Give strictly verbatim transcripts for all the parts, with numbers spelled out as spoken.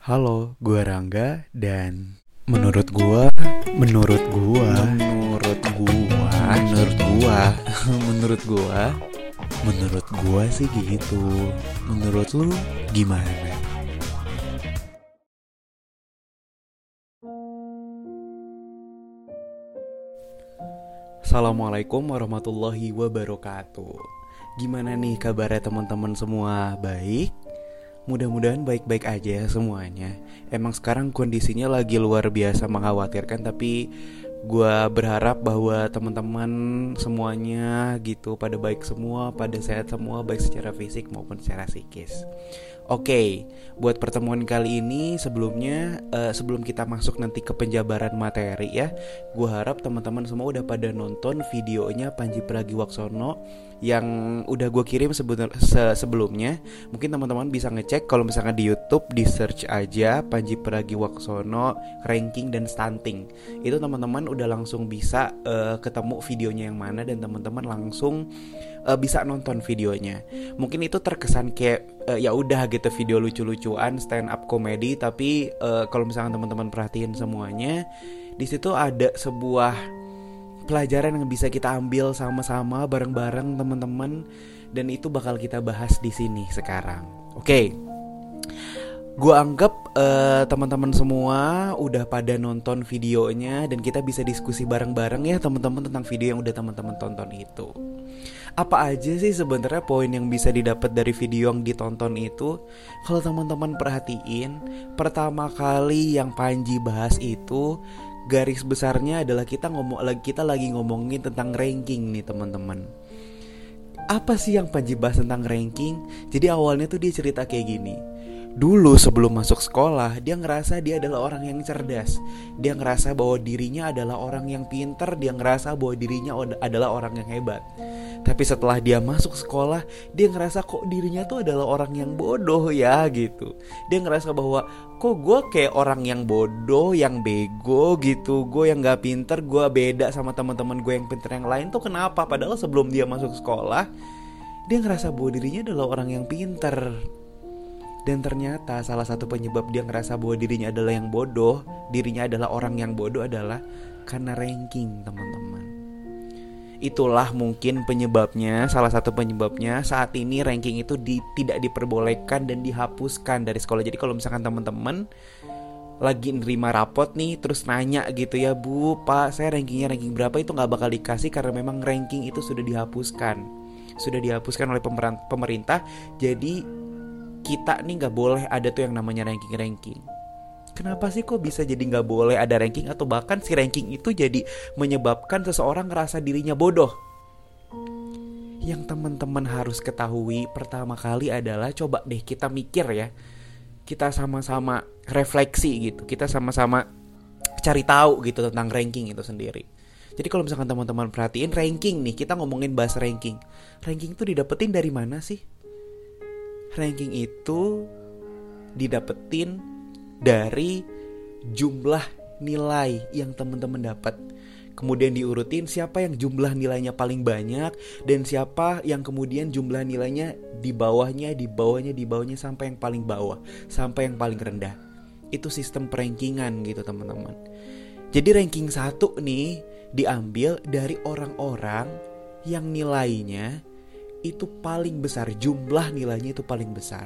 Halo, gua Rangga dan menurut gua, menurut gua, menurut gua, menurut gua, menurut gua, menurut gua sih gitu. Menurut lu gimana? Assalamualaikum warahmatullahi wabarakatuh. Gimana nih kabarnya teman-teman semua? Baik? Mudah-mudahan baik-baik aja semuanya. Emang sekarang kondisinya lagi luar biasa mengkhawatirkan, tapi gue berharap bahwa teman-teman semuanya gitu pada baik semua, pada sehat semua, baik secara fisik maupun secara psikis. Oke, buat pertemuan kali ini sebelumnya uh, sebelum kita masuk nanti ke penjabaran materi ya, gue harap teman-teman semua udah pada nonton videonya Panji Pragiwaksono yang udah gue kirim sebenar, se- sebelumnya. Mungkin teman-teman bisa ngecek kalau misalnya di YouTube, di search aja Panji Pragiwaksono ranking dan stunting. Itu teman-teman udah langsung bisa uh, ketemu videonya yang mana dan teman-teman langsung uh, bisa nonton videonya. Mungkin itu terkesan kayak uh, ya udah gitu video lucu-lucuan stand up comedy, tapi uh, kalau misalnya teman-teman perhatiin semuanya, di situ ada sebuah pelajaran yang bisa kita ambil sama-sama bareng-bareng teman-teman, dan itu bakal kita bahas di sini sekarang. Oke. Gue anggap uh, teman-teman semua udah pada nonton videonya dan kita bisa diskusi bareng-bareng ya teman-teman tentang video yang udah teman-teman tonton itu. Apa aja sih sebenarnya poin yang bisa didapat dari video yang ditonton itu? Kalau teman-teman perhatiin, pertama kali yang Panji bahas itu garis besarnya adalah kita ngomong lagi kita lagi ngomongin tentang ranking nih teman-teman. Apa sih yang Panji bahas tentang ranking? Jadi awalnya tuh dia cerita kayak gini. Dulu sebelum masuk sekolah, dia ngerasa dia adalah orang yang cerdas. Dia ngerasa bahwa dirinya adalah orang yang pintar. Dia ngerasa bahwa dirinya adalah orang yang hebat. Tapi setelah dia masuk sekolah, dia ngerasa kok dirinya tuh adalah orang yang bodoh ya gitu. Dia ngerasa bahwa kok gue kayak orang yang bodoh, yang bego gitu. Gue yang gak pintar, gue beda sama teman-teman gue yang pintar yang lain tuh kenapa? Padahal sebelum dia masuk sekolah, dia ngerasa bahwa dirinya adalah orang yang pintar. Dan ternyata salah satu penyebab dia ngerasa bahwa dirinya adalah yang bodoh, dirinya adalah orang yang bodoh adalah karena ranking, teman-teman. Itulah mungkin penyebabnya, salah satu penyebabnya saat ini ranking itu di, tidak diperbolehkan dan dihapuskan dari sekolah. Jadi kalau misalkan teman-teman lagi nerima rapot nih, terus nanya gitu ya, Bu, Pak, saya rankingnya ranking berapa, itu gak bakal dikasih karena memang ranking itu sudah dihapuskan. Sudah dihapuskan oleh pemerintah. Jadi kita nih gak boleh ada tuh yang namanya ranking-ranking. Kenapa sih kok bisa jadi gak boleh ada ranking? Atau bahkan si ranking itu jadi menyebabkan seseorang ngerasa dirinya bodoh. Yang teman-teman harus ketahui pertama kali adalah, coba deh kita mikir ya, kita sama-sama refleksi gitu, kita sama-sama cari tahu gitu tentang ranking itu sendiri. Jadi kalau misalkan teman-teman perhatiin ranking nih, kita ngomongin bahas ranking. Ranking itu didapetin dari mana sih? Ranking itu didapetin dari jumlah nilai yang teman-teman dapat. Kemudian diurutin siapa yang jumlah nilainya paling banyak dan siapa yang kemudian jumlah nilainya di bawahnya, di bawahnya, di bawahnya sampai yang paling bawah, sampai yang paling rendah. Itu sistem perankingan gitu teman-teman. Jadi ranking satu nih diambil dari orang-orang yang nilainya itu paling besar, jumlah nilainya itu paling besar.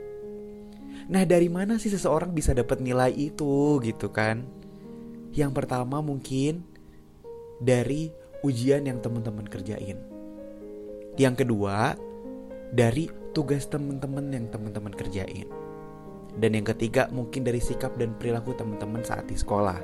Nah, dari mana sih seseorang bisa dapat nilai itu gitu kan? Yang pertama mungkin dari ujian yang teman-teman kerjain. Yang kedua, dari tugas teman-teman yang teman-teman kerjain. Dan yang ketiga mungkin dari sikap dan perilaku teman-teman saat di sekolah.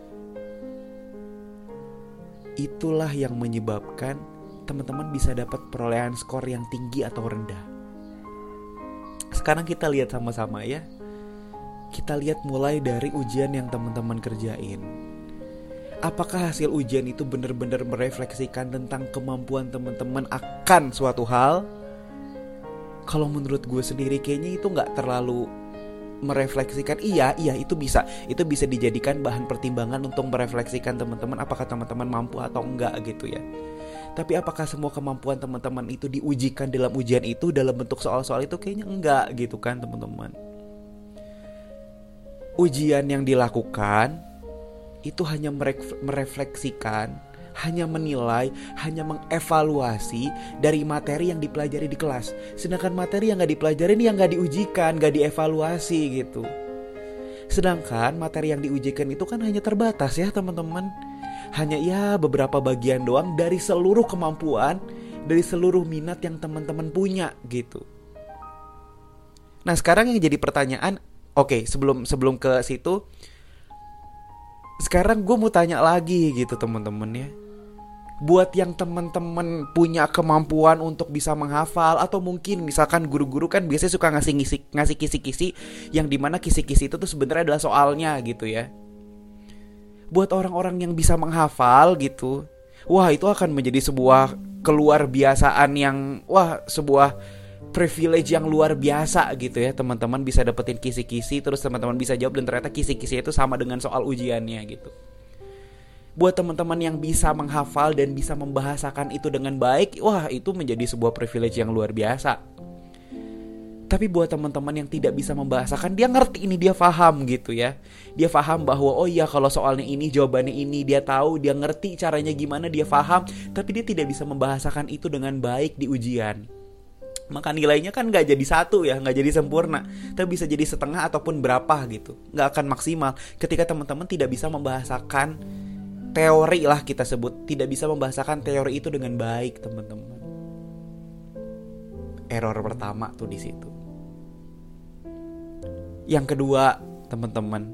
Itulah yang menyebabkan teman-teman bisa dapat perolehan skor yang tinggi atau rendah. Sekarang kita lihat sama-sama ya. Kita lihat mulai dari ujian yang teman-teman kerjain. Apakah hasil ujian itu benar-benar merefleksikan tentang kemampuan teman-teman akan suatu hal? Kalau menurut gue sendiri kayaknya itu gak terlalu merefleksikan. Iya, iya itu bisa. Itu bisa dijadikan bahan pertimbangan untuk merefleksikan teman-teman apakah teman-teman mampu atau enggak gitu ya. Tapi apakah semua kemampuan teman-teman itu diujikan dalam ujian itu dalam bentuk soal-soal itu? Kayaknya enggak gitu kan teman-teman. ujian yang dilakukan itu hanya meref- merefleksikan, hanya menilai, hanya mengevaluasi dari materi yang dipelajari di kelas. Sedangkan materi yang gak dipelajarin yang gak diujikan, gak dievaluasi gitu. Sedangkan materi yang diujikan itu kan hanya terbatas ya teman-teman. Hanya ya beberapa bagian doang dari seluruh kemampuan, dari seluruh minat yang teman-teman punya gitu. Nah sekarang yang jadi pertanyaan, oke okay, sebelum sebelum ke situ, sekarang gue mau tanya lagi gitu teman-teman ya. Buat yang teman-teman punya kemampuan untuk bisa menghafal, atau mungkin misalkan guru-guru kan biasanya suka ngasih ngisi, ngasih kisi-kisi yang dimana kisi-kisi itu tuh sebenarnya adalah soalnya gitu ya. Buat orang-orang yang bisa menghafal gitu, wah itu akan menjadi sebuah keluar biasaan yang, wah sebuah privilege yang luar biasa gitu ya. Teman-teman bisa dapetin kisi-kisi, terus teman-teman bisa jawab dan ternyata kisi-kisi itu sama dengan soal ujiannya gitu. Buat teman-teman yang bisa menghafal dan bisa membahasakan itu dengan baik, wah itu menjadi sebuah privilege yang luar biasa. Tapi buat teman-teman yang tidak bisa membahasakan, dia ngerti ini, dia paham gitu ya. Dia paham bahwa oh iya kalau soalnya ini, jawabannya ini, dia tahu, dia ngerti caranya gimana, dia paham, tapi dia tidak bisa membahasakan itu dengan baik di ujian. Maka nilainya kan gak jadi satu ya, gak jadi sempurna, tapi bisa jadi setengah ataupun berapa gitu. Gak akan maksimal ketika teman-teman tidak bisa membahasakan teori lah kita sebut, tidak bisa membahasakan teori itu dengan baik teman-teman. Error pertama tuh di situ. Yang kedua teman-teman,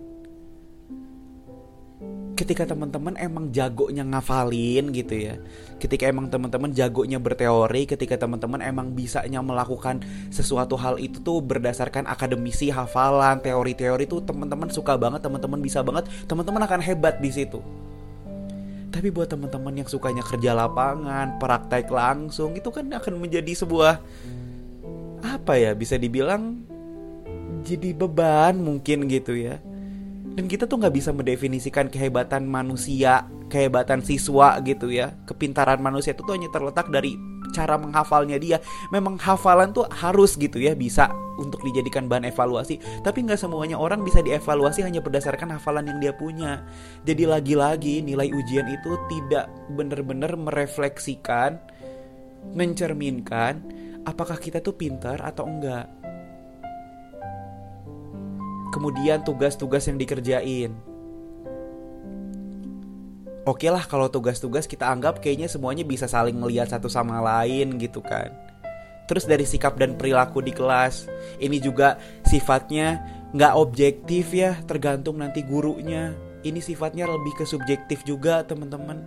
ketika teman-teman emang jagonya ngafalin gitu ya, ketika emang teman-teman jagonya berteori, ketika teman-teman emang bisanya melakukan sesuatu hal itu tuh berdasarkan akademisi, hafalan, teori-teori tuh teman-teman suka banget, teman-teman bisa banget, teman-teman akan hebat di situ. Tapi buat teman-teman yang sukanya kerja lapangan, praktek langsung, itu kan akan menjadi sebuah, apa ya, bisa dibilang jadi beban mungkin gitu ya. Dan kita tuh gak bisa mendefinisikan kehebatan manusia, kehebatan siswa gitu ya. Kepintaran manusia itu tuh hanya terletak dari cara menghafalnya dia. Memang hafalan tuh harus gitu ya, bisa untuk dijadikan bahan evaluasi. Tapi gak semuanya orang bisa dievaluasi hanya berdasarkan hafalan yang dia punya. Jadi lagi-lagi nilai ujian itu tidak benar-benar merefleksikan, mencerminkan apakah kita tuh pintar atau enggak. Kemudian tugas-tugas yang dikerjain. Oke lah kalau tugas-tugas kita anggap kayaknya semuanya bisa saling melihat satu sama lain gitu kan. Terus dari sikap dan perilaku di kelas, ini juga sifatnya gak objektif ya, tergantung nanti gurunya. Ini sifatnya lebih ke subjektif juga teman-teman.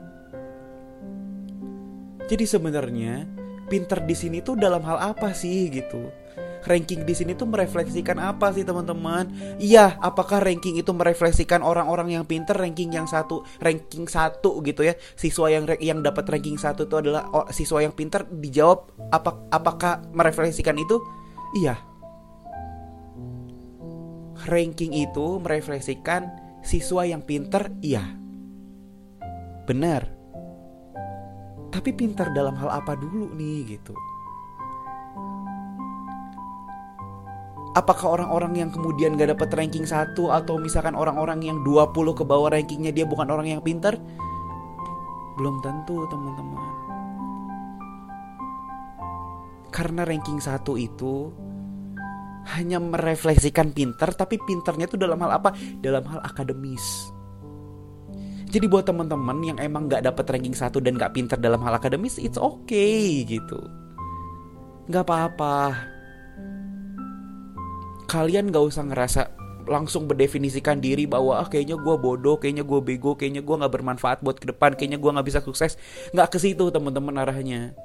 Jadi sebenarnya pinter di sini tuh dalam hal apa sih gitu? Ranking di sini tuh merefleksikan apa sih teman-teman? Iya, apakah ranking itu merefleksikan orang-orang yang pinter, ranking yang satu, ranking satu gitu ya? Siswa yang yang dapat ranking satu itu adalah oh, siswa yang pinter. Dijawab apa, apakah merefleksikan itu? Iya. Ranking itu merefleksikan siswa yang pinter, iya. Benar. Tapi pinter dalam hal apa dulu nih gitu? Apakah orang-orang yang kemudian gak dapat ranking satu, atau misalkan orang-orang yang dua puluh ke bawah rankingnya dia bukan orang yang pintar? Belum tentu teman-teman. Karena ranking satu itu hanya merefleksikan pintar, tapi pintarnya itu dalam hal apa? Dalam hal akademis. Jadi buat teman-teman yang emang gak dapat ranking satu dan gak pintar dalam hal akademis, it's okay gitu. Gak apa-apa. Kalian gak usah ngerasa langsung berdefinisikan diri bahwa ah, kayaknya gue bodoh, kayaknya gue bego, kayaknya gue gak bermanfaat buat ke depan, kayaknya gue gak bisa sukses. Gak ke situ teman-teman arahnya.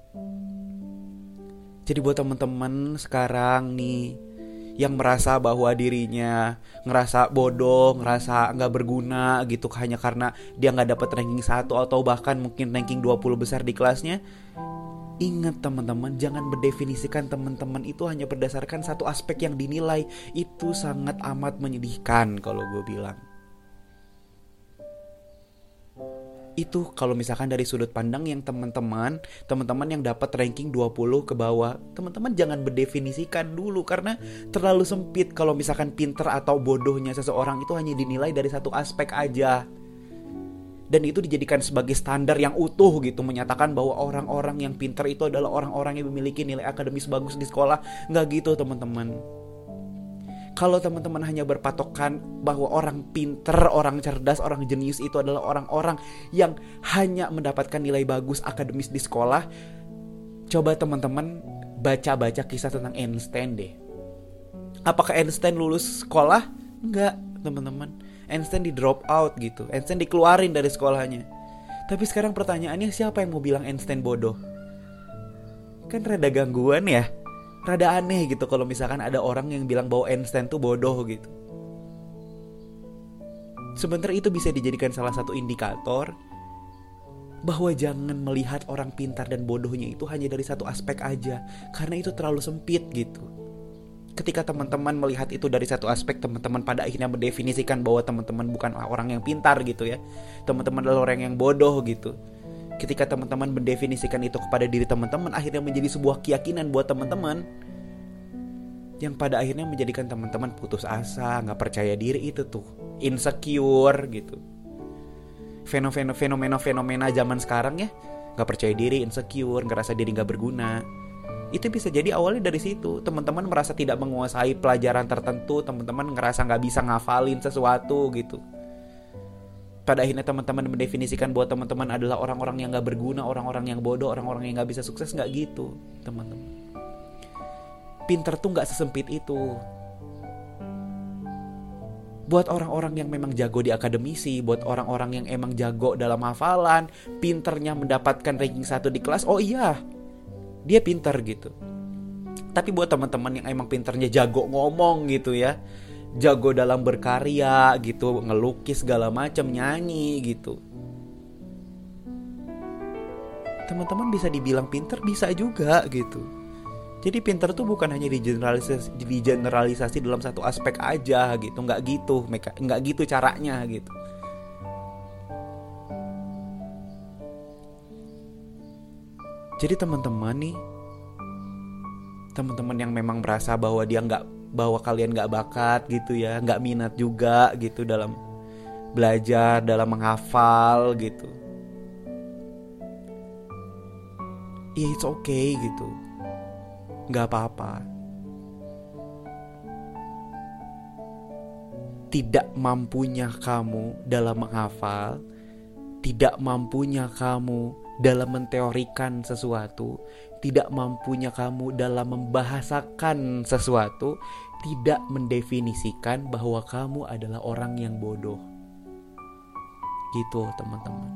Jadi buat teman-teman sekarang nih yang merasa bahwa dirinya ngerasa bodoh, ngerasa gak berguna gitu hanya karena dia gak dapat ranking satu atau bahkan mungkin ranking dua puluh besar di kelasnya, ingat teman-teman, jangan berdefinisikan teman-teman itu hanya berdasarkan satu aspek yang dinilai. Itu sangat amat menyedihkan kalau gue bilang. Itu kalau misalkan dari sudut pandang yang teman-teman, teman-teman yang dapat ranking dua puluh ke bawah, teman-teman jangan berdefinisikan dulu karena terlalu sempit kalau misalkan pinter atau bodohnya seseorang itu hanya dinilai dari satu aspek aja. Dan itu dijadikan sebagai standar yang utuh gitu, menyatakan bahwa orang-orang yang pinter itu adalah orang-orang yang memiliki nilai akademis bagus di sekolah. Nggak gitu teman-teman. Kalau teman-teman hanya berpatokan bahwa orang pinter, orang cerdas, orang jenius itu adalah orang-orang yang hanya mendapatkan nilai bagus akademis di sekolah, coba teman-teman baca-baca kisah tentang Einstein deh. Apakah Einstein lulus sekolah? Enggak, teman-teman. Einstein di drop out gitu. Einstein dikeluarin dari sekolahnya. Tapi sekarang pertanyaannya, siapa yang mau bilang Einstein bodoh? Kan rada gangguan ya. Rada aneh gitu kalau misalkan ada orang yang bilang bahwa Einstein tuh bodoh gitu. Sebenarnya itu bisa dijadikan salah satu indikator bahwa jangan melihat orang pintar dan bodohnya itu hanya dari satu aspek aja, karena itu terlalu sempit gitu. Ketika teman-teman melihat itu dari satu aspek, teman-teman pada akhirnya mendefinisikan bahwa teman-teman bukanlah orang yang pintar gitu ya. Teman-teman adalah orang yang bodoh gitu. Ketika teman-teman mendefinisikan itu kepada diri teman-teman, akhirnya menjadi sebuah keyakinan buat teman-teman, yang pada akhirnya menjadikan teman-teman putus asa, gak percaya diri. Itu tuh insecure gitu. Fenomena-fenomena zaman sekarang ya, gak percaya diri, insecure, ngerasa diri gak berguna. Itu bisa jadi awalnya dari situ. Teman-teman merasa tidak menguasai pelajaran tertentu, teman-teman ngerasa gak bisa ngafalin sesuatu gitu. Pada akhirnya teman-teman mendefinisikan bahwa teman-teman adalah orang-orang yang gak berguna, orang-orang yang bodoh, orang-orang yang gak bisa sukses. Gak gitu teman-teman. Pinter tuh gak sesempit itu. Buat orang-orang yang memang jago di akademisi, buat orang-orang yang emang jago dalam hafalan, pinternya mendapatkan ranking satu di kelas, oh iya, dia pintar gitu. Tapi buat teman-teman yang emang pintarnya jago ngomong gitu ya, jago dalam berkarya gitu, ngelukis segala macam, nyanyi gitu, teman-teman bisa dibilang pintar, bisa juga gitu. Jadi pintar tuh bukan hanya digeneralisasi, digeneralisasi dalam satu aspek aja gitu, nggak gitu, nggak gitu caranya gitu. Jadi teman-teman nih, teman-teman yang memang merasa bahwa dia nggak, bahwa kalian nggak bakat gitu ya, nggak minat juga gitu dalam belajar, dalam menghafal gitu, ya it's okay gitu, nggak apa-apa. Tidak mampunya kamu dalam menghafal, tidak mampunya kamu dalam menteorikan sesuatu, tidak mampunya kamu dalam membahasakan sesuatu, tidak mendefinisikan bahwa kamu adalah orang yang bodoh. Gitu teman-teman.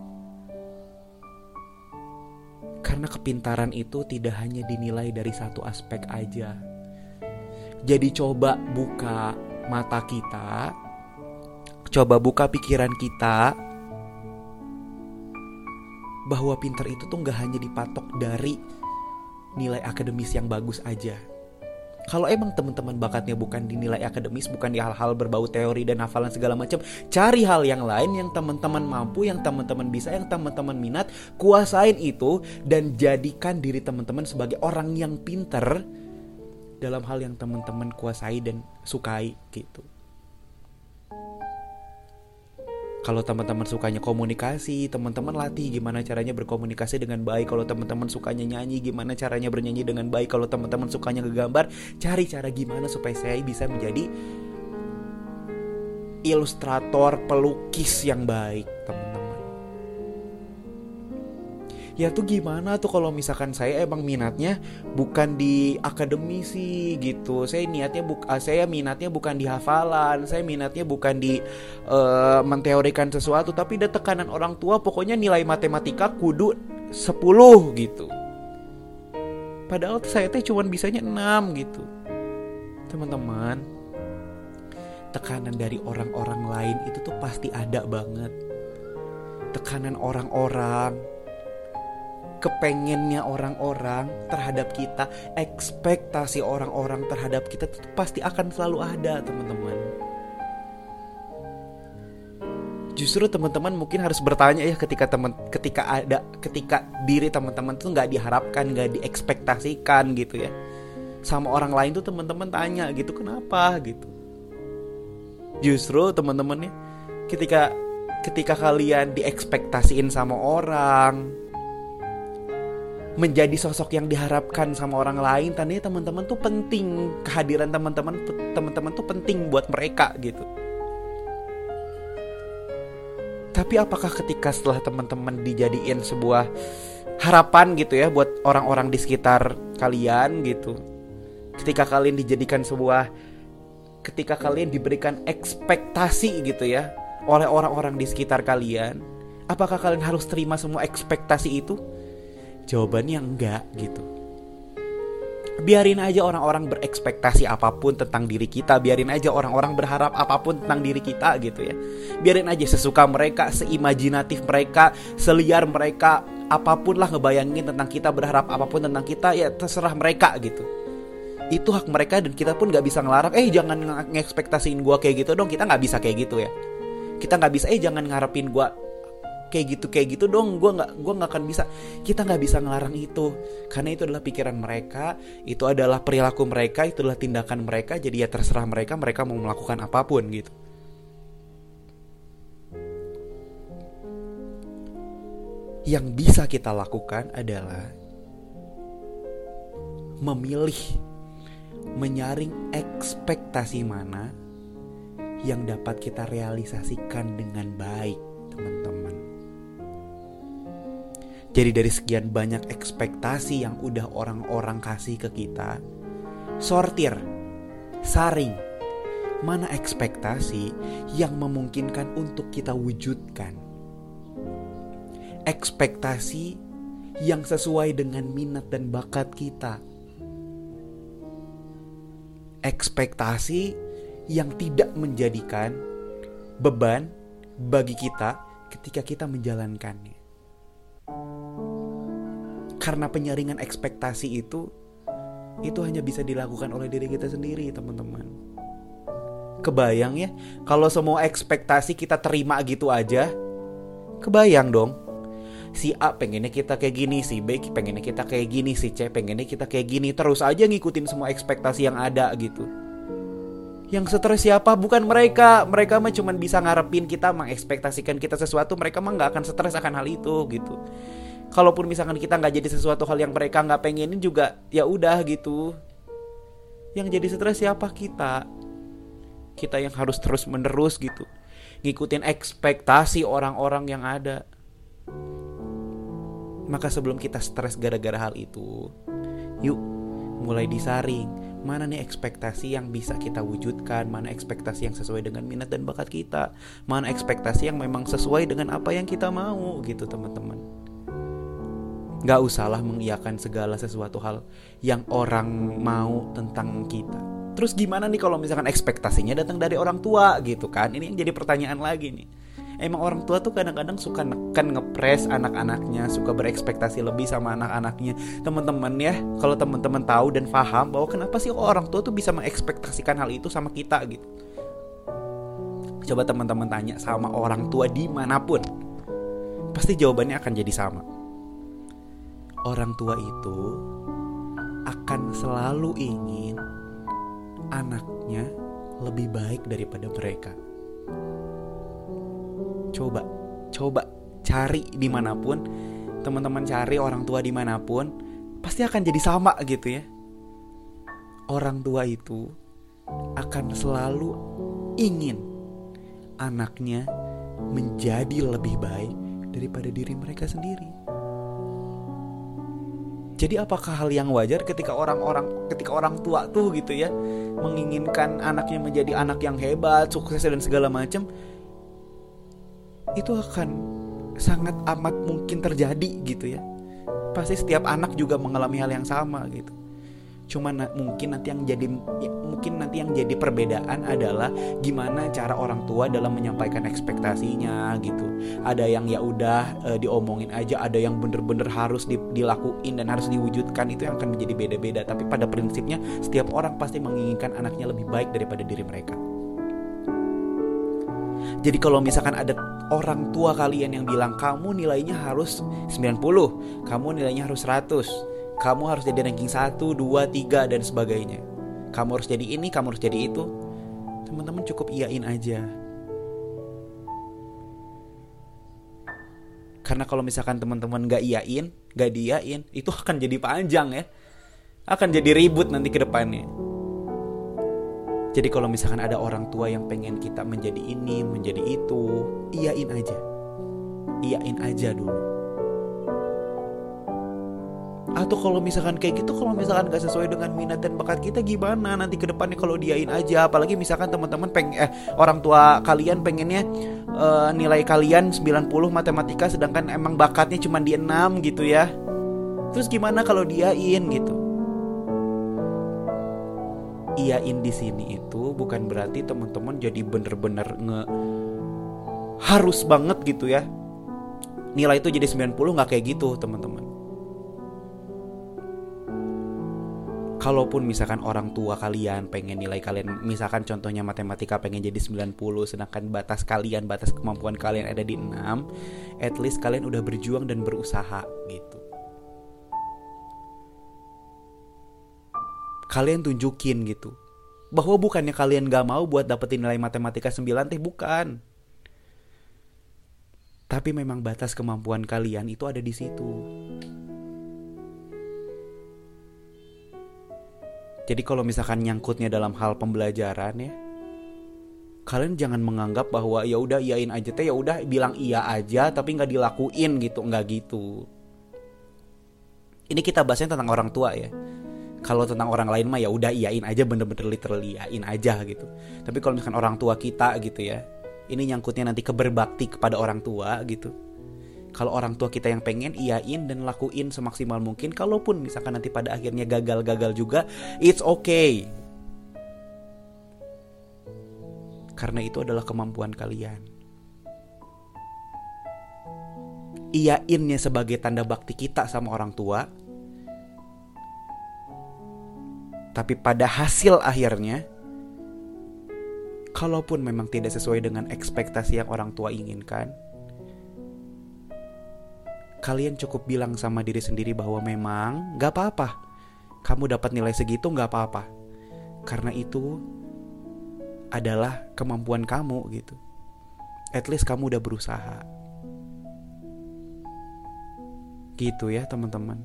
Karena kepintaran itu tidak hanya dinilai dari satu aspek aja. Jadi coba buka mata kita, coba buka pikiran kita, bahwa pintar itu tuh gak hanya dipatok dari nilai akademis yang bagus aja. Kalau emang teman-teman bakatnya bukan di nilai akademis, bukan di hal-hal berbau teori dan hafalan segala macam, cari hal yang lain yang teman-teman mampu, yang teman-teman bisa, yang teman-teman minat, kuasain itu dan jadikan diri teman-teman sebagai orang yang pintar dalam hal yang teman-teman kuasai dan sukai gitu. Kalau teman-teman sukanya komunikasi, teman-teman latih gimana caranya berkomunikasi dengan baik. Kalau teman-teman sukanya nyanyi, gimana caranya bernyanyi dengan baik. Kalau teman-teman sukanya ngegambar, cari cara gimana supaya saya bisa menjadi ilustrator, pelukis yang baik, teman-teman. Ya tuh gimana tuh kalau misalkan saya emang minatnya bukan di akademisi gitu. Saya niatnya bu- saya minatnya bukan di hafalan, saya minatnya bukan di uh, menteorikan sesuatu, tapi ada tekanan orang tua pokoknya nilai matematika kudu sepuluh gitu. Padahal saya teh cuman bisanya enam gitu. Teman-teman, tekanan dari orang-orang lain itu tuh pasti ada banget. Tekanan orang-orang, kepengennya orang-orang terhadap kita, ekspektasi orang-orang terhadap kita itu pasti akan selalu ada, teman-teman. Justru teman-teman mungkin harus bertanya ya ketika teman ketika ada ketika diri teman-teman tuh nggak diharapkan, nggak diekspektasikan gitu ya sama orang lain tuh, teman-teman tanya gitu, kenapa gitu. Justru teman-teman ya, ketika ketika kalian diekspektasiin sama orang, menjadi sosok yang diharapkan sama orang lain, tandanya teman-teman tuh penting, kehadiran teman-teman teman-teman tuh penting buat mereka gitu. Tapi apakah ketika setelah teman-teman dijadiin sebuah harapan gitu ya buat orang-orang di sekitar kalian gitu, ketika kalian dijadikan sebuah, ketika kalian diberikan ekspektasi gitu ya oleh orang-orang di sekitar kalian, apakah kalian harus terima semua ekspektasi itu? Jawabannya enggak gitu. Biarin aja orang-orang berekspektasi apapun tentang diri kita, biarin aja orang-orang berharap apapun tentang diri kita gitu ya. Biarin aja sesuka mereka, seimajinatif mereka, seliar mereka, apapun lah ngebayangin tentang kita, berharap apapun tentang kita, ya terserah mereka gitu. Itu hak mereka dan kita pun gak bisa ngelarang, eh jangan ngekspektasiin gue kayak gitu dong. Kita gak bisa kayak gitu ya. Kita gak bisa, eh jangan ngarepin gue kayak gitu kayak gitu dong, gue nggak gue nggak akan bisa. Kita nggak bisa ngelarang itu, karena itu adalah pikiran mereka, itu adalah perilaku mereka, itu adalah tindakan mereka. Jadi ya terserah mereka, mereka mau melakukan apapun gitu. Yang bisa kita lakukan adalah memilih, menyaring ekspektasi mana yang dapat kita realisasikan dengan baik, teman-teman. Jadi dari sekian banyak ekspektasi yang udah orang-orang kasih ke kita, sortir, saring, mana ekspektasi yang memungkinkan untuk kita wujudkan. Ekspektasi yang sesuai dengan minat dan bakat kita. Ekspektasi yang tidak menjadikan beban bagi kita ketika kita menjalankannya. Karena penyaringan ekspektasi itu Itu hanya bisa dilakukan oleh diri kita sendiri, teman-teman. Kebayang ya, kalau semua ekspektasi kita terima gitu aja, kebayang dong. Si A pengennya kita kayak gini, si B pengennya kita kayak gini, si C pengennya kita kayak gini. Terus aja ngikutin semua ekspektasi yang ada gitu. Yang stres siapa? Bukan mereka. Mereka mah cuma bisa ngarepin kita, mengekspektasikan kita sesuatu. Mereka mah gak akan stres akan hal itu gitu. Kalaupun misalkan kita nggak jadi sesuatu hal yang mereka nggak pengenin juga, ya udah gitu. Yang jadi stres siapa? Kita. Kita yang harus terus menerus gitu, ngikutin ekspektasi orang-orang yang ada. Maka sebelum kita stres gara-gara hal itu, yuk mulai disaring. Mana nih ekspektasi yang bisa kita wujudkan, mana ekspektasi yang sesuai dengan minat dan bakat kita, mana ekspektasi yang memang sesuai dengan apa yang kita mau gitu, teman-teman. Gak usahlah mengiyakan segala sesuatu hal yang orang mau tentang kita. Terus gimana nih kalau misalkan ekspektasinya datang dari orang tua gitu kan? Ini yang jadi pertanyaan lagi nih. Emang orang tua tuh kadang-kadang suka neken, ngepres anak-anaknya, suka berekspektasi lebih sama anak-anaknya. Teman-teman ya, kalau teman-teman tahu dan paham bahwa kenapa sih orang tua tuh bisa mengekspektasikan hal itu sama kita gitu. Coba teman-teman tanya sama orang tua dimanapun, pasti jawabannya akan jadi sama. Orang tua itu akan selalu ingin anaknya lebih baik daripada mereka. Coba, coba cari dimanapun, teman-teman cari orang tua dimanapun, pasti akan jadi sama gitu ya. Orang tua itu akan selalu ingin anaknya menjadi lebih baik daripada diri mereka sendiri. Jadi apakah hal yang wajar ketika orang-orang ketika orang tua tuh gitu ya menginginkan anaknya menjadi anak yang hebat, sukses dan segala macam? Itu akan sangat amat mungkin terjadi gitu ya. Pasti setiap anak juga mengalami hal yang sama gitu. Cuman na- mungkin nanti yang jadi ya, mungkin nanti yang jadi perbedaan adalah gimana cara orang tua dalam menyampaikan ekspektasinya gitu. Ada yang ya udah e, diomongin aja, ada yang bener-bener harus di, dilakuin dan harus diwujudkan. Itu yang akan menjadi beda-beda. Tapi pada prinsipnya setiap orang pasti menginginkan anaknya lebih baik daripada diri mereka. Jadi kalau misalkan ada orang tua kalian yang bilang kamu nilainya harus sembilan puluh, kamu nilainya harus seratus, kamu harus jadi ranking satu, dua, tiga dan sebagainya, kamu harus jadi ini, kamu harus jadi itu, teman-teman cukup iyain aja. Karena kalau misalkan teman-teman gak iyain, gak diiyain, itu akan jadi panjang ya, akan jadi ribut nanti ke depannya. Jadi kalau misalkan ada orang tua yang pengen kita menjadi ini, menjadi itu, iyain aja. Iyain aja dulu. Atau kalau misalkan kayak gitu, kalau misalkan gak sesuai dengan minat dan bakat kita, gimana nanti ke depannya kalau diain aja. Apalagi misalkan teman-teman pengen eh orang tua kalian pengennya uh, nilai kalian sembilan puluh matematika, sedangkan emang bakatnya cuma di enam gitu ya. Terus gimana kalau diain gitu? Iyain di sini itu bukan berarti teman-teman jadi bener-bener nge harus banget gitu ya. Nilai itu jadi sembilan puluh, nggak kayak gitu teman-teman. Kalaupun misalkan orang tua kalian pengen nilai kalian, misalkan contohnya matematika pengen jadi sembilan puluh, sedangkan batas kalian, batas kemampuan kalian ada di enam, at least kalian udah berjuang dan berusaha gitu. Kalian tunjukin gitu bahwa bukannya kalian gak mau buat dapetin nilai matematika sembilan, teh bukan. Tapi memang batas kemampuan kalian itu ada di situ. Jadi kalau misalkan nyangkutnya dalam hal pembelajaran ya, kalian jangan menganggap bahwa ya udah iyain aja teh, ya udah bilang iya aja tapi nggak dilakuin gitu, nggak gitu. Ini kita bahasnya tentang orang tua ya. Kalau tentang orang lain mah ya udah iyain aja, bener-bener literally iyain aja gitu. Tapi kalau misalkan orang tua kita gitu ya, ini nyangkutnya nanti ke berbakti kepada orang tua gitu. Kalau orang tua kita yang pengen iyain dan lakuin semaksimal mungkin, kalaupun misalkan nanti pada akhirnya gagal-gagal juga, it's okay. Karena itu adalah kemampuan kalian. Iyainnya sebagai tanda bakti kita sama orang tua. Tapi pada hasil akhirnya, kalaupun memang tidak sesuai dengan ekspektasi yang orang tua inginkan, kalian cukup bilang sama diri sendiri bahwa memang gak apa-apa, kamu dapat nilai segitu gak apa-apa, karena itu adalah kemampuan kamu gitu. At least kamu udah berusaha. Gitu ya teman-teman.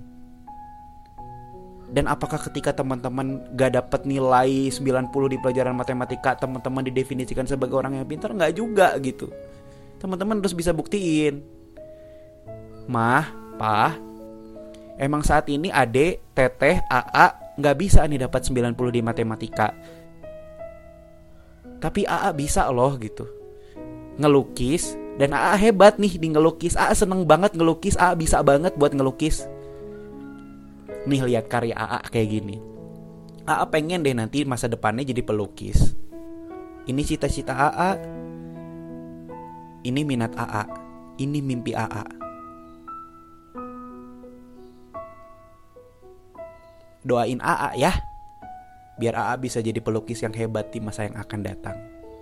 Dan apakah ketika teman-teman gak dapat nilai sembilan puluh di pelajaran matematika, teman-teman didefinisikan sebagai orang yang pintar? Gak juga gitu. Teman-teman harus bisa buktiin. Mah, Pah, emang saat ini Ade, Teteh, A A gak bisa nih dapat sembilan puluh di matematika, tapi A A bisa loh gitu ngelukis. Dan A A hebat nih di ngelukis. A A seneng banget ngelukis. A A bisa banget buat ngelukis. Nih lihat karya A A kayak gini. A A pengen deh nanti masa depannya jadi pelukis. Ini cita-cita A A. Ini minat A A. Ini mimpi A A. Doain A A ya, biar A A bisa jadi pelukis yang hebat di masa yang akan datang.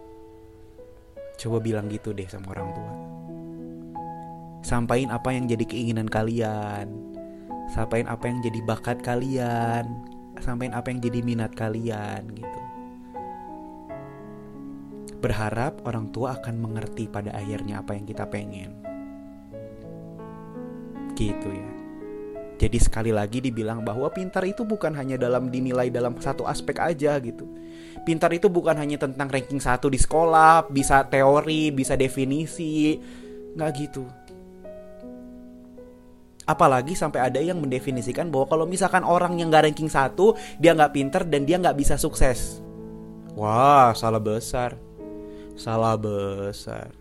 Coba bilang gitu deh sama orang tua. Sampaiin apa yang jadi keinginan kalian. Sampaiin apa yang jadi bakat kalian. Sampaiin apa yang jadi minat kalian gitu. Berharap orang tua akan mengerti pada akhirnya apa yang kita pengen. Gitu ya. Jadi sekali lagi dibilang bahwa pintar itu bukan hanya dalam dinilai dalam satu aspek aja gitu. Pintar itu bukan hanya tentang ranking satu di sekolah, bisa teori, bisa definisi. Nggak gitu. Apalagi sampai ada yang mendefinisikan bahwa kalau misalkan orang yang gak ranking satu, dia gak pintar dan dia gak bisa sukses. Wah, salah besar. Salah besar.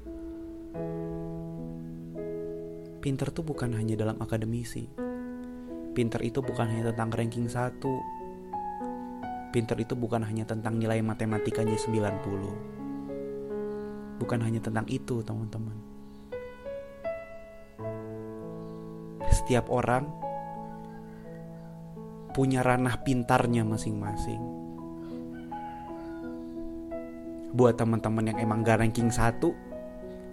Pintar tuh bukan hanya dalam akademisi. Pintar itu bukan hanya tentang ranking satu. Pintar itu bukan hanya tentang nilai matematikanya sembilan puluh. Bukan hanya tentang itu, teman-teman. Setiap orang punya ranah pintarnya masing-masing. Buat teman-teman yang emang gak ranking satu,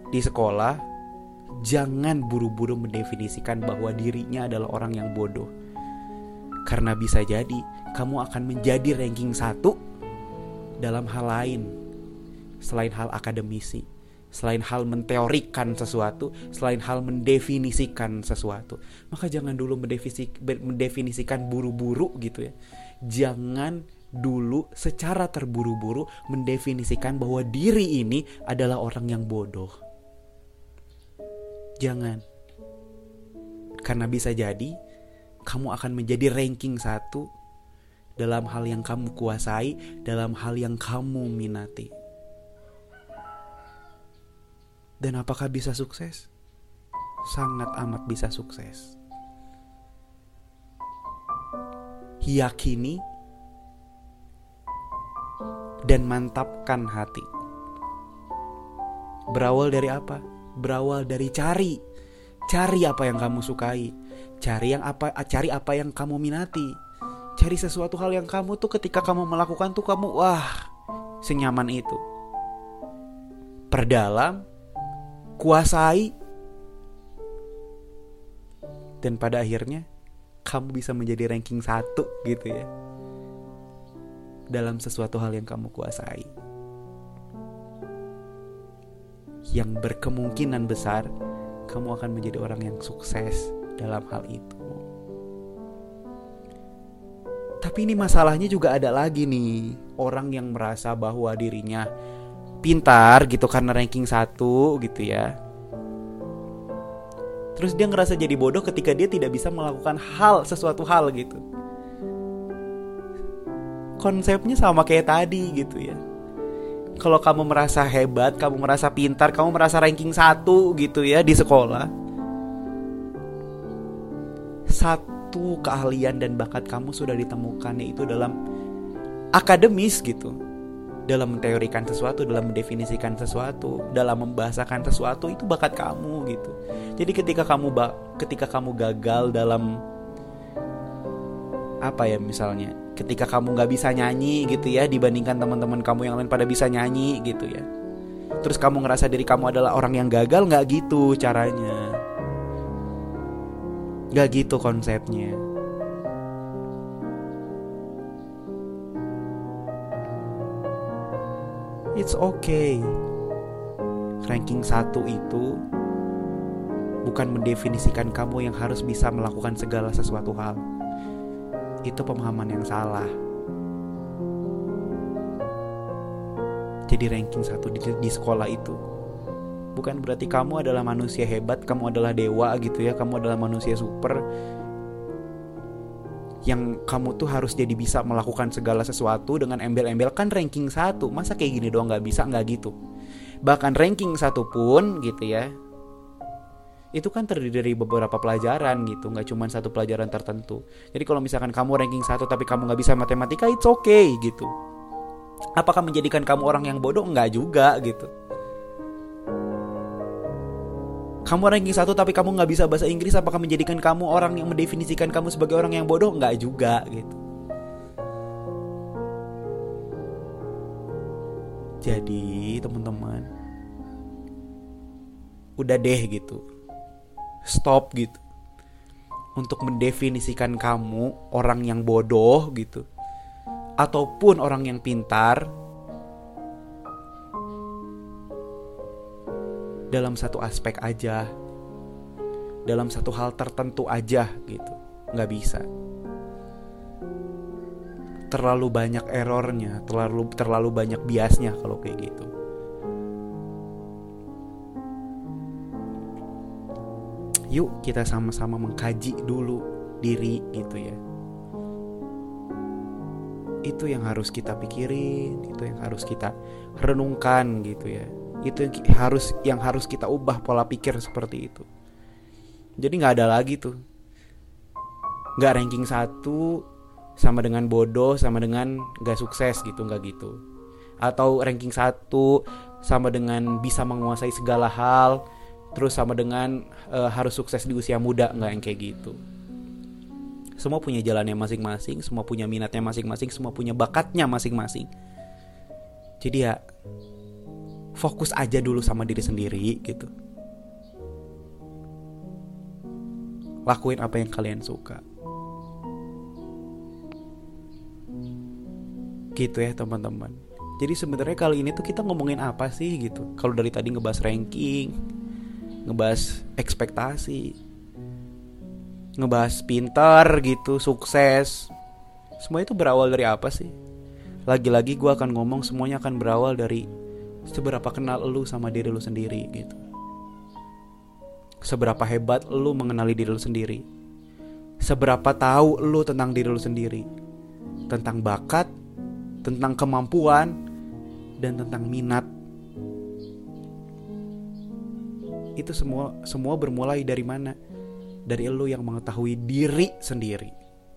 di sekolah, jangan buru-buru mendefinisikan bahwa dirinya adalah orang yang bodoh. Karena bisa jadi kamu akan menjadi ranking satu dalam hal lain selain hal akademisi, selain hal menteorikan sesuatu, selain hal mendefinisikan sesuatu. Maka jangan dulu mendefinisikan buru-buru gitu ya. Jangan dulu secara terburu-buru mendefinisikan bahwa diri ini adalah orang yang bodoh. Jangan. Karena bisa jadi kamu akan menjadi ranking satu dalam hal yang kamu kuasai, dalam hal yang kamu minati. Dan apakah bisa sukses? Sangat amat bisa sukses. Yakini dan mantapkan hati. Berawal dari apa? Berawal dari cari. Cari apa yang kamu sukai. Cari yang apa cari apa yang kamu minati. Cari sesuatu hal yang kamu tuh ketika kamu melakukan tuh kamu wah, senyaman itu. Perdalam, kuasai, dan pada akhirnya kamu bisa menjadi ranking satu gitu ya dalam sesuatu hal yang kamu kuasai, yang berkemungkinan besar kamu akan menjadi orang yang sukses dalam hal itu. Tapi ini masalahnya juga ada lagi nih, orang yang merasa bahwa dirinya pintar gitu karena ranking satu gitu ya. Terus dia ngerasa jadi bodoh ketika dia tidak bisa melakukan hal, sesuatu hal gitu. Konsepnya sama kayak tadi gitu ya. Kalau kamu merasa hebat, kamu merasa pintar, kamu merasa ranking satu gitu ya di sekolah, satu keahlian dan bakat kamu sudah ditemukan, yaitu dalam akademis gitu, dalam menteorikan sesuatu, dalam mendefinisikan sesuatu, dalam membahasakan sesuatu, itu bakat kamu gitu. Jadi ketika kamu ketika kamu gagal dalam apa ya, misalnya ketika kamu gak bisa nyanyi gitu ya, dibandingkan teman-teman kamu yang lain pada bisa nyanyi gitu ya, terus kamu ngerasa diri kamu adalah orang yang gagal, gak gitu caranya. Gak gitu konsepnya. It's okay. Ranking satu itu bukan mendefinisikan kamu yang harus bisa melakukan segala sesuatu hal. Itu pemahaman yang salah. Jadi ranking satu di, di sekolah itu bukan berarti kamu adalah manusia hebat, kamu adalah dewa gitu ya, kamu adalah manusia super yang kamu tuh harus jadi bisa melakukan segala sesuatu dengan embel-embel kan ranking satu. Masa kayak gini doang gak bisa? Gak gitu. Bahkan ranking satu pun gitu ya, itu kan terdiri dari beberapa pelajaran gitu, gak cuma satu pelajaran tertentu. Jadi kalau misalkan kamu ranking satu tapi kamu gak bisa matematika, it's okay gitu. Apakah menjadikan kamu orang yang bodoh? Enggak juga gitu. Kamu ranking satu tapi kamu gak bisa bahasa Inggris, apakah menjadikan kamu orang yang mendefinisikan kamu sebagai orang yang bodoh? Enggak juga gitu. Jadi teman-teman, udah deh gitu, stop gitu untuk mendefinisikan kamu orang yang bodoh gitu, ataupun orang yang pintar dalam satu aspek aja, dalam satu hal tertentu aja gitu. Nggak bisa. Terlalu banyak errornya, terlalu terlalu banyak biasnya kalau kayak gitu. Yuk kita sama-sama mengkaji dulu diri gitu ya. Itu yang harus kita pikirin, itu yang harus kita renungkan gitu ya. Itu yang harus yang harus kita ubah pola pikir seperti itu. Jadi nggak ada lagi tuh, nggak ranking satu sama dengan bodoh, sama dengan nggak sukses gitu, nggak gitu. Atau ranking satu sama dengan bisa menguasai segala hal, terus sama dengan uh, harus sukses di usia muda, nggak yang kayak gitu. Semua punya jalannya masing-masing, semua punya minatnya masing-masing, semua punya bakatnya masing-masing. Jadi ya fokus aja dulu sama diri sendiri gitu. Lakuin apa yang kalian suka. Gitu ya teman-teman. Jadi sebenarnya kali ini tuh kita ngomongin apa sih gitu. Kalau dari tadi ngebahas ranking, ngebahas ekspektasi, ngebahas pintar gitu, sukses. Semua itu berawal dari apa sih? Lagi-lagi gue akan ngomong semuanya akan berawal dari seberapa kenal lu sama diri lu sendiri gitu. Seberapa hebat lu mengenali diri lu sendiri. Seberapa tahu lu tentang diri lu sendiri. Tentang bakat, tentang kemampuan, dan tentang minat. Itu semua semua bermulai dari mana? Dari lu yang mengetahui diri sendiri.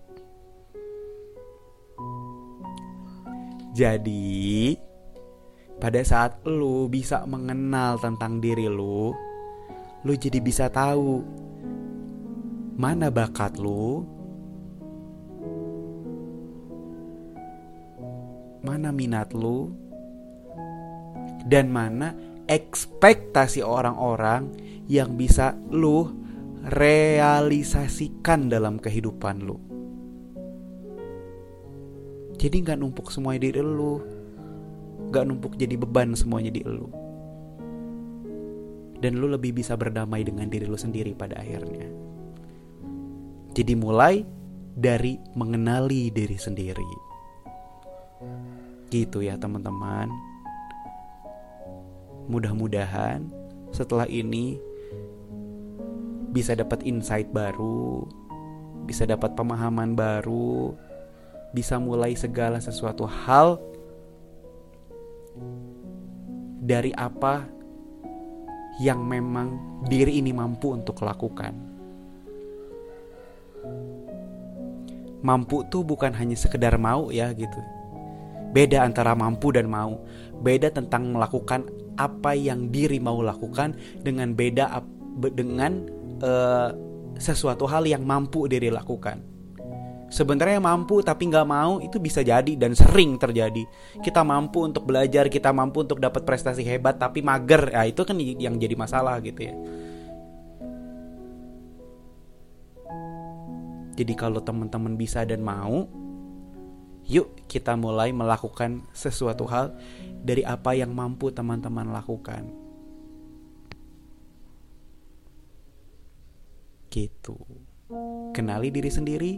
Jadi pada saat lu bisa mengenal tentang diri lu, lu jadi bisa tahu mana bakat lu, mana minat lu, dan mana ekspektasi orang-orang yang bisa lu realisasikan dalam kehidupan lu. Jadi gak numpuk semuanya di lu, gak numpuk jadi beban semuanya di lu. Dan lu lebih bisa berdamai dengan diri lu sendiri pada akhirnya. Jadi mulai dari mengenali diri sendiri. Gitu ya teman-teman. Mudah-mudahan setelah ini bisa dapat insight baru, bisa dapat pemahaman baru, bisa mulai segala sesuatu hal dari apa yang memang diri ini mampu untuk lakukan. Mampu tuh bukan hanya sekedar mau ya gitu. Beda antara mampu dan mau. Beda tentang melakukan apa yang diri mau lakukan dengan beda dengan uh, sesuatu hal yang mampu diri lakukan. Sebenarnya mampu tapi gak mau itu bisa jadi dan sering terjadi. Kita mampu untuk belajar, kita mampu untuk dapat prestasi hebat tapi mager, ya itu kan yang jadi masalah gitu ya. Jadi kalau teman-teman bisa dan mau, yuk kita mulai melakukan sesuatu hal dari apa yang mampu teman-teman lakukan. Gitu. Kenali diri sendiri,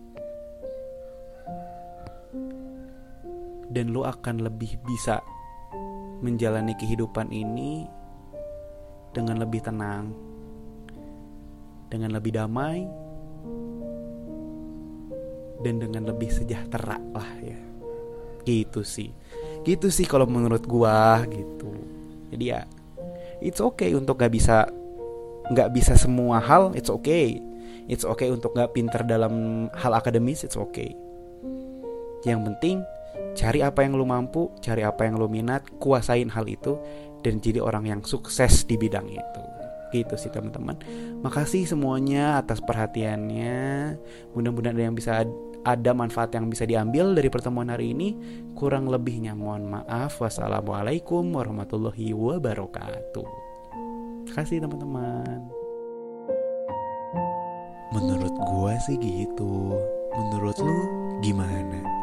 dan lu akan lebih bisa menjalani kehidupan ini dengan lebih tenang, dengan lebih damai, dan dengan lebih sejahtera lah ya. Gitu sih. Gitu sih kalau menurut gua gitu. Jadi ya it's okay untuk gak bisa gak bisa semua hal, it's okay. It's okay untuk gak pintar dalam hal akademis, it's okay. Yang penting cari apa yang lu mampu, cari apa yang lu minat, kuasain hal itu, dan jadi orang yang sukses di bidang itu. Gitu sih teman-teman. Makasih semuanya atas perhatiannya. Mudah-mudahan ada yang bisa ada manfaat yang bisa diambil dari pertemuan hari ini. Kurang lebihnya mohon maaf. Wassalamualaikum warahmatullahi wabarakatuh. Terima kasih teman-teman. Menurut gua sih gitu. Menurut lu gimana?